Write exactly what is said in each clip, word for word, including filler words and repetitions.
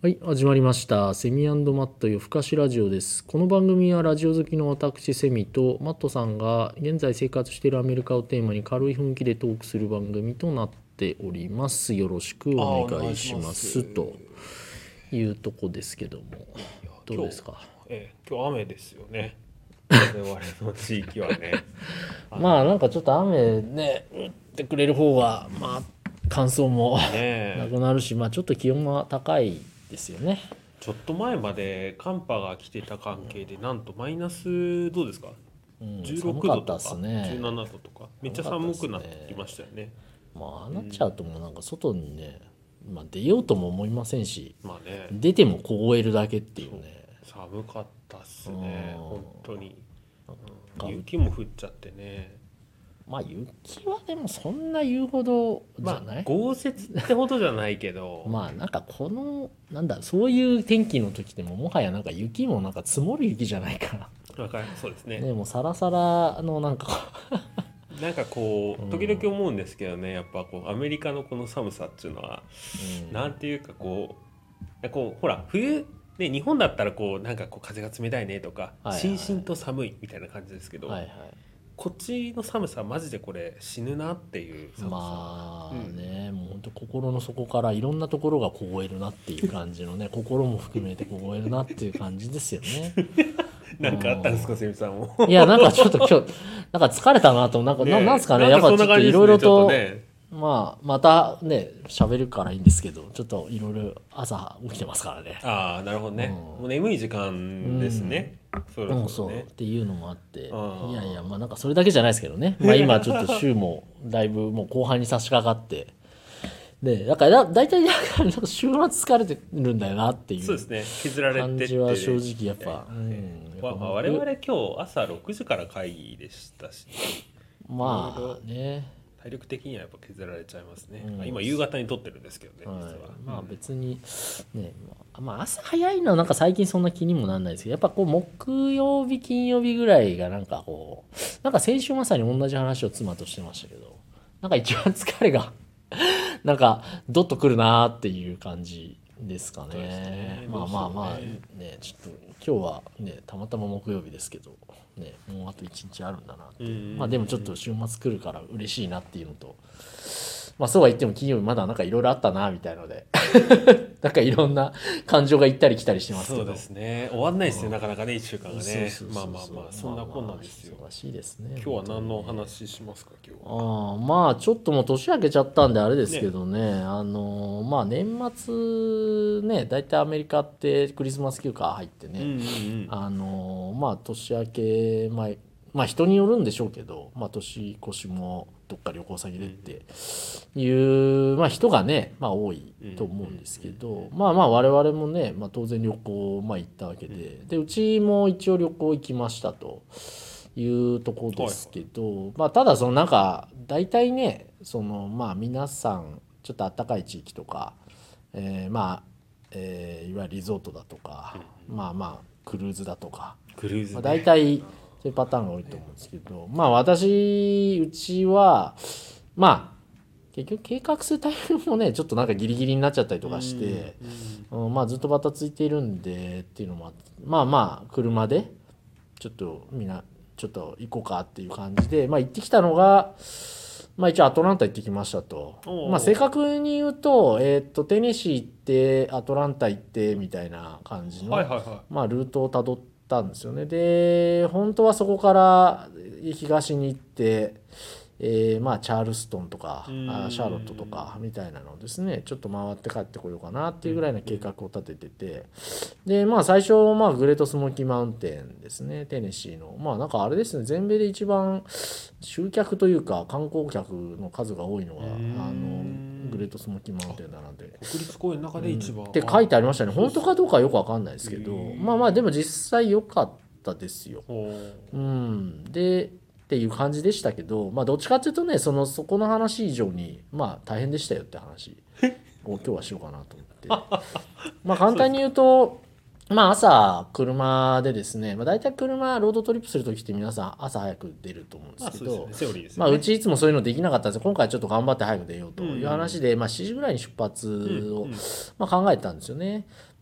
はい、始まりました。セミ&マット夜更かしラジオです。この番組はラジオ好きの私セミとマットさんが現在生活しているアメリカをテーマに軽い雰囲気でトークする番組となっております。よろしくああ、 おお願い願いしまします。 すというとこですけども、 いや、 どう今日、 ですか。 えー今日雨ですよね。我々の地域はね。あのまあなんかちょっと雨ね降ってくれる方がまあ乾燥もねなえ、 くなるし、まあちょっと気温が高いですよね。 ちょっと前まで寒波が来てた関係で、なんとマイナスどうですか？ うん、寒じゅうろくかったっすどとかね。 じゅうななどとか、めっちゃ寒かったっす寒くなってきね。 ましたよね。 まあああなっちゃううん、 ともうなんか外にね、まあ、出ようとも思いませんし、 まあね、 出ても凍えるだけっていうそう、 ね。 寒かったっすうね、本ん。 当に。うん、 か雪も降っちゃってね。 まあ雪はでもそんな言うほどじゃまあ、 ない。 豪雪ってほどじゃないけど、 まあなんかこのなんだそういう天気の時でももはやなんか雪もなんか積もる雪じゃないかわかる、そうですらね。 ね、もうサラサラのなんかなんかこう時うん、 々思うんですけどね、やっぱこうアメリカのこの寒さっていうのはうんなんていうかこうこうほら冬ね、日本だったらこうなんかこう風が冷たいねとかはいしんしんと寒いみたいな感じですけど、 はいはいはい。 こっちの寒さはマジでこれ死ぬなっていう寒さ。 まあうん、 ね、もう本当心の底からいろんなところが凍えるなっていう感じのね、心も含めて凍えるなっていう感じですよね。うなんかあったんですか、 ん。 セミさんも？ いや、なんかちょっと今日、なんか疲れたなと、なんか、な、なんですかね、やっねえ、なんかそんなぱちょっといろい感じですね、ちょっとろと、 ね。 まあ、またね、喋るからいいんですけど、ちょっといろいろ朝起きてますからね。 ああ、なるほどね。もうう眠い時間ですん。 ね。そろうん、そうっそろね。 ていうのもあって、いやいや、 あまあなんかそれだけじゃないですけどね。まあ今ちょっと週もだいぶもう後半に差し掛かって、で、だからだ大体だからなんか週末疲れてるんだよなってあ、 いうそうですね。削られ感てっじは正て、 直やっぱ、 みたいな。 うん、 えやっぱーわまあ、我々 木、 今日朝ろくじから会議でしたし、いろいろまあね、 体力的にはやっぱ削られちゃいますね。 うん、 あ、今夕方に撮ってるんですけどね、 はい、 実は。 まあうん、 別にね、まあ、まあ朝早いのはなんか最近そんな気にもなんないですけど、やっぱこう木曜日、金曜日ぐらいがなんかこう、なんか先週まさに同じ話を妻としてましたけど、なんか一番疲れがなんかドッとくるなーっていう感じですかそうですね。 ね。 まあどうしようまあまあね。 ね、ちょっと今日はね、たまたま木曜日ですけど、ね、もうあと一日あるんだなってうんういう。 んまあでもちょっと週末来るから嬉しいなっていうのと、まあそうは言っても金曜日まだなんかいろいろあったなみたいので、なんかいろんな感情が行ったり来たりしてうん。そうでますけど。 すね。終わんないですね、なかなかね、いっしゅうかんがそうね。 そうそうそう。 まあまあまあ、そんなこんなんですよ。 まあまあ忙しいですね。 今日は何のお本当にね。 話ししますか、今日は？ ああ、まあちょっともう年明けちゃったんであれですけね。 どね、あのまあ年末ね、大体アメリカってクリスマス休暇入ってね、 うんうんうん。 あのまあ年明け前、まあ人によるんでしょうけど、まあ年越しもどっか旅行先でっていう、まあ人がね、まあ多いうんうんと思うんですけど、 うんまあまあ我々もね、まあ当然旅行、まあ行ったわけうんうん。 で、で、うちも一応旅行行きましたと。いうところはいはい。 ですけど、まあただそのなんか大体ね、そのまあ皆さんちょっと暖かい地域とか、えーまあ、えーいわゆるリゾートだとか、まあまあクルーズだとか、まあ、 クルーズね。 大体あそういうパターンが多いと思うんですけど、まあ私うちはまあ結局計画するタイミングもねちょっとなんかギリギリになっちゃったりとー、うかして、 んうんうん、まあずっとバタついているんでっていうのもあって、まあまあ車でちょっとみんなちょっと行こうかっていう感じで、まあ行ってきたのが、まあ一応アトランタ行ってきましたと。 おまあ正お確に言うと、えっと、テネシー行って、アトランタ行ってみたいな感じー、はいの、 はいはまあルートをたどったんですよね。で、本当はそこから東に行って、えーまあチャールストンとかい。うあシャーロットとーん。 かみたいなのをですねちょっと回って帰ってこようかなってうんいうぐらいのうん計画を立ててて、でまあ最初まあグレートスモーキーマウンテンですね、テネシーの。まあなんかあれですね、全米で一番集客というか観光客の数が多いのうーがあのグレーん。 トスモーキーマウンあ、 テンだなんで、 国立公園の中うん、 で一番。 って書いあ、 てありましたね。本当かそうっすか。 どうかはよくわかんないですへけど、まあまあでもえ。 実際良かったですよ。 おお。 うん、でっていう感じでしたけど、まあどっちかっていうとね、そのそこの話以上にまあ大変でしたよって話を今日はしようかなと思って、まあ簡そうですか。 単に言うと、まあ朝車でですね、まあ、大体車ロードトリップするときって皆さん朝早く出ると思うんですまあけど、 そうですよね。セオリーですまあうよね。 ちいつもそういうのできなかったんですけど、今回ちょっと頑張って早く出ようとうんういう話んで、まあしちじぐらいに出うん。 発をうんうん。 まあ考えてたんですよね。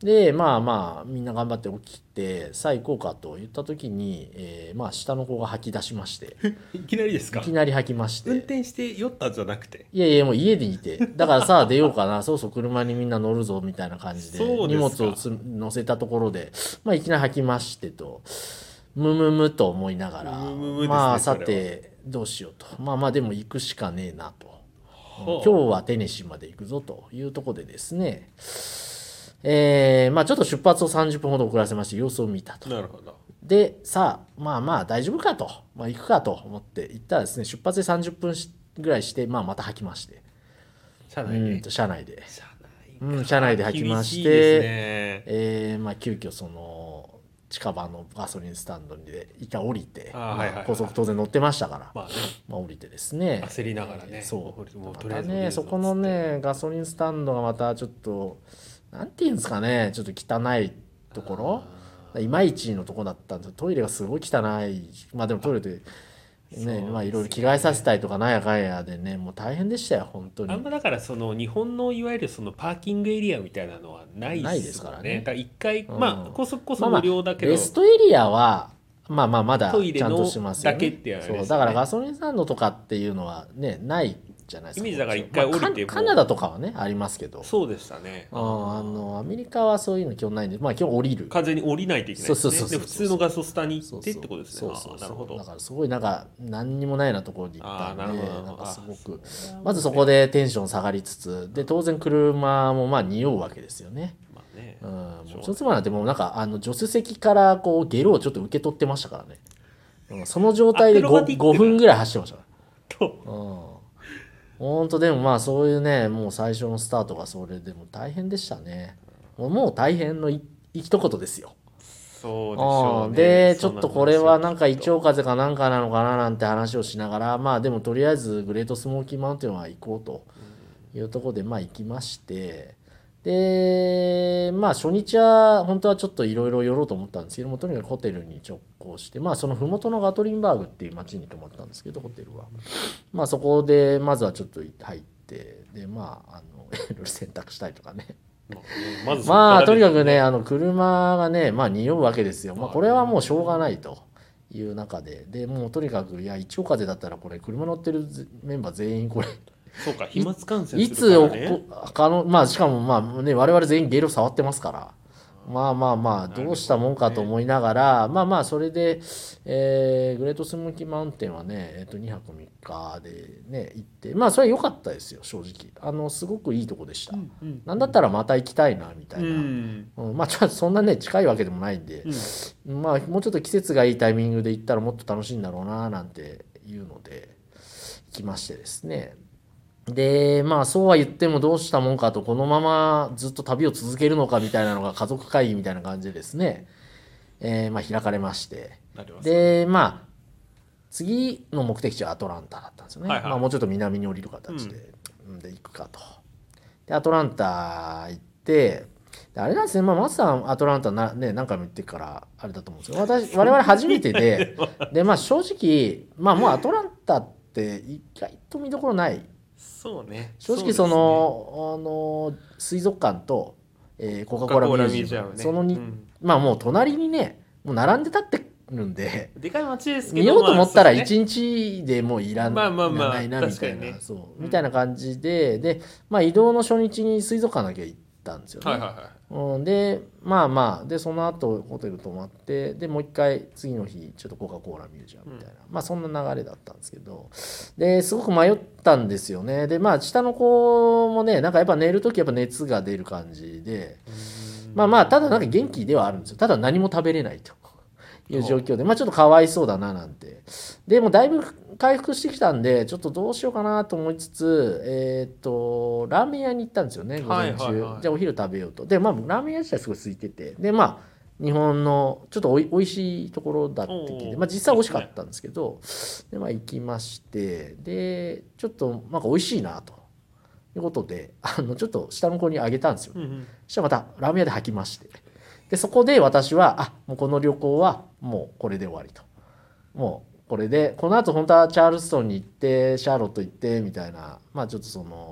でまあまあみんな頑張って起きてさあ行こうかと言った時に、えーまあ下の子が吐き出しましていきなりですか？ いきなり吐きまして運転して酔ったんじゃなくて。 いやいやもう家にいてだからさあ出ようかなそうそう車にみんな乗るぞみたいな感じでそう荷ですか物をつ乗せたところで、まあ、いきなり吐きましてとむむむと思いながらむむむですねまあさそれはてどうしようとまあまあでも行くしかねえなとはあ今日はテネシーまで行くぞというところでですねえーまあちょっと出発をさんじゅっぷんほど遅らせまして様子を見たとなるほど。 でさあまあまあ大丈夫かと、まあ、行くかと思って行ったらですね出発でさんじゅっぷんぐらいして、まあ、また吐きまして車内でうんと車内で、 車内うん、車内で吐きまして、 厳しいですね。 えーまあ、急遽その近場のガソリンスタンドにで一回降りてあーはいはいはいまあ高速当然乗ってましたから、 まあね、 まあ、降りてですね焦りながらねえーそうもうまとりあえず降りるぞたねそこのねガソリンスタンドがまたちょっとなんていうんですかねちょっと汚いところいまいちのとこだったんですよトイレがすごい汚いまあでもトイレでねまあいろいろ着替えさせたりとかなんやかんやでねもう大変でしたよ本当にあんまだからその日本のいわゆるそのパーキングエリアみたいなのはないないですからねだから一回、 うんまあ高速こそまあまあ無料だけど、 レストエリアはまあまあまだトイレのちゃんとしてますよねだけっていうあれですよねそうだからガソリンスタンドとかっていうのはねないじゃないですかイメージだから一回降りてまあカカナダとかはねありますけどそうでしたね。 あーあのアメリカはそういうの基本ないんでまあ基本降りる完全に降りないといけないですね。 そうそうそうそうで普通のガソスタに行そうそうってってことですね。 そうそうそうあーなるほどだ。からすごいなんか何にもないようなところに行ったんであーなるほどなんかすごくあそれはもうねまずそこでテンション下がりつつで当然車もまあ匂うわけですよねまあねうんもしょうがないうちょっとなんてもうなんかあの助手席からこうゲロをちょっと受け取ってましたからね、うん、その状態でアクロバご, ティックなごふんぐらい走ってましたからとうんほんとでもまあそういうねもう最初のスタートがそれでも大変でしたねもうもう大変のい一言ですよそうでしょうね。 うんでちそうなんですよょっとこれはなんか胃腸風邪かなんかなのかななんて話をしながらまあでもとりあえずグレートスモーキーマウンテンは行こうというところでまあ行きましてでまあ初日は本当はちょっといろいろ寄ろうと思ったんですけどもとにかくホテルに直行してまあその麓のガトリンバーグっていう町に泊まったんですけどホテルはまあそこでまずはちょっと入ってでまああのいろいろ洗濯したりとかねまあねまずそこまあらですよとにかくねあの車がねまあ匂うわけですよまあまあこれはもうしょうがないという中ででもうとにかくいや一応風だったらこれ車乗ってるメンバー全員これそうか飛沫感染いすつおこるからね。 可能まあしかもまあね我々全員ゲロ触ってますからまあまあまあどうしたもんかと思いながらまあまあそれで、えーグレートスモーキーマウンテンはね、えっとにはくみっかでね行ってまあそれは良かったですよ正直あのすごくいいとこでした、 うんなんだったらまた行きたいなみたういな、 んうんまあちょっとそんなね近いわけでもないんで、 うんまあもうちょっと季節がいいタイミングで行ったらもっと楽しいんだろうななんていうので行きましてですねでまあそうは言ってもどうしたもんかとこのままずっと旅を続けるのかみたいなのが家族会議みたいな感じでですね、えーまあ開かれましてなりますでまあ次の目的地はアトランタだったんですよね、 はいはいまあ、もうちょっと南に降りる形で,、うん、で行くかとでアトランタ行ってであれなんですね、まあ、マスさんアトランタな、ね、何回も言ってるからあれだと思うんですけど私我々初めてでで、まあ、正直、まあ、もうアトランタって意外と見どころないそうね正直その、あの水族館と、えーコカ・コーラミュージアムそのに、 うんまあもう隣にねもう並んで立ってるんででかい街ですけど見ようと思ったらまあそう 1 ですね日でもういらんまあまあまあいらないなみたいな、 確かにねそううんみたいな感じでで、まあ、移動の初日に水族館だけ行ったんですよね、 はいはいはいうん、でまあまあでその後ホテル泊まってでもう一回次の日ちょっとコカ・コーラミュージアムみたいな、まあそんな流れだったんですけどですごく迷ったんですよねでまあ下の子もねなんかやっぱ寝る時やっぱ熱が出る感じでまあまあただなんか元気ではあるんですよただ何も食べれないという状況でまあちょっとかわいそうだななんてでもだいぶ回復してきたんでちょっとどうしようかなと思いつつえっ、とラーメン屋に行ったんですよね午前中、 はいはいはいじゃあお昼食べようとでまあラーメン屋自体すごい空いててでまあ日本のちょっとおいおいしいところだって聞いて、 おーまあ、実際美味しかったんですけどで、まあ、行きましてでちょっとなんか美味しいなということであのちょっと下の子にあげたんですよ、 うんうんそしたらまたラーメン屋で吐きましてでそこで私はあもうこの旅行はもうこれで終わりともうこれでこの後本当はチャールストンに行ってシャーロット行ってみたいなまあちょっとその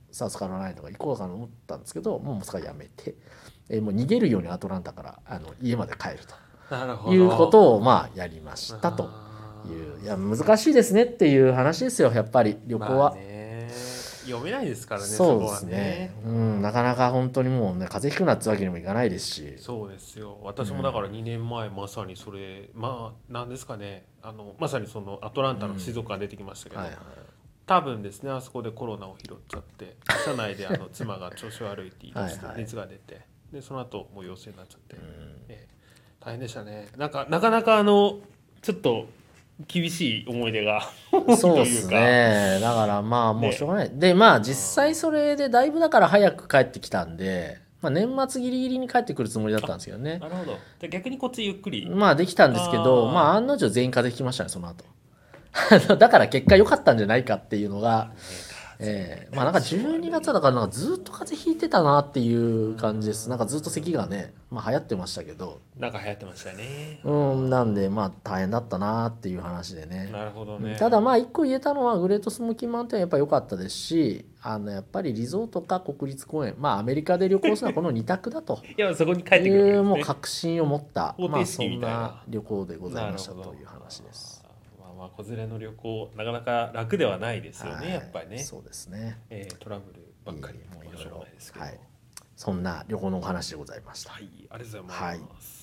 サウスカロライナとか行こうかなと思ったんですけど、もうそれはやめて、えーもう逃げるようにアトランタからあの家まで帰るなるほどということをまあやりましたという。いや難しいですねっていう話ですよ、やっぱり旅行は。 まあね、読めないですからね。 そうですそこはね、うん、なかなか本当にもうね風邪ひくなってわけにもいかないですし。 そうですよ。私もだからにねんまえまさにそれ、まあなんですかね、あのまさにそのアトランタの水族館出てきましたけど、 はいはい、 多分ですね、あそこでコロナを拾っちゃって車内であの妻が調子悪いって言い出してはいはい熱が出て、でその後もう陽性になっちゃって、ええ大変でしたね。なんかなかなかあのちょっと厳しい思い出が多いそうでというかすね。だからまあもうしょうがない。 ねでまあ実際それでだいぶだから早く帰ってきたんで、まあ、年末ギリギリに帰ってくるつもりだったんですけどね。 なるほど。じゃあ逆にこっちゆっくり。 まあできたんですけど、 あーまあ案の定全員風邪ひきましたね、その後。あのだから結果良かったんじゃないかっていうのが、ええまあなんかじゅうにがつはだからなんかずっと風邪ひいてたなっていう感じです。なんかずっと咳がね、まあ流行ってましたけど、 なんか流行ってましたね。 うんなんでまあ大変だったなっていう話でね。 なるほどね。 ただまあ一個言えたのはグレートスモーキーマウンテンはやっぱ良かったですし、あのやっぱりリゾートか国立公園、まあアメリカで旅行するのはこのに択だといやそこに帰ってくるわけいうもうですね。 確信を持った方程まあそん式みたいなな旅行でございましたなるほどという話です。 まあまあ子連れの旅行なかなか楽ではないですよね、 はいやっぱりね。 そうですね。 えートラブルばっかりいえもういろいろしょうがないですけど。 はいそんな旅行のお話でございました。 はい、ありがとうございます。 はい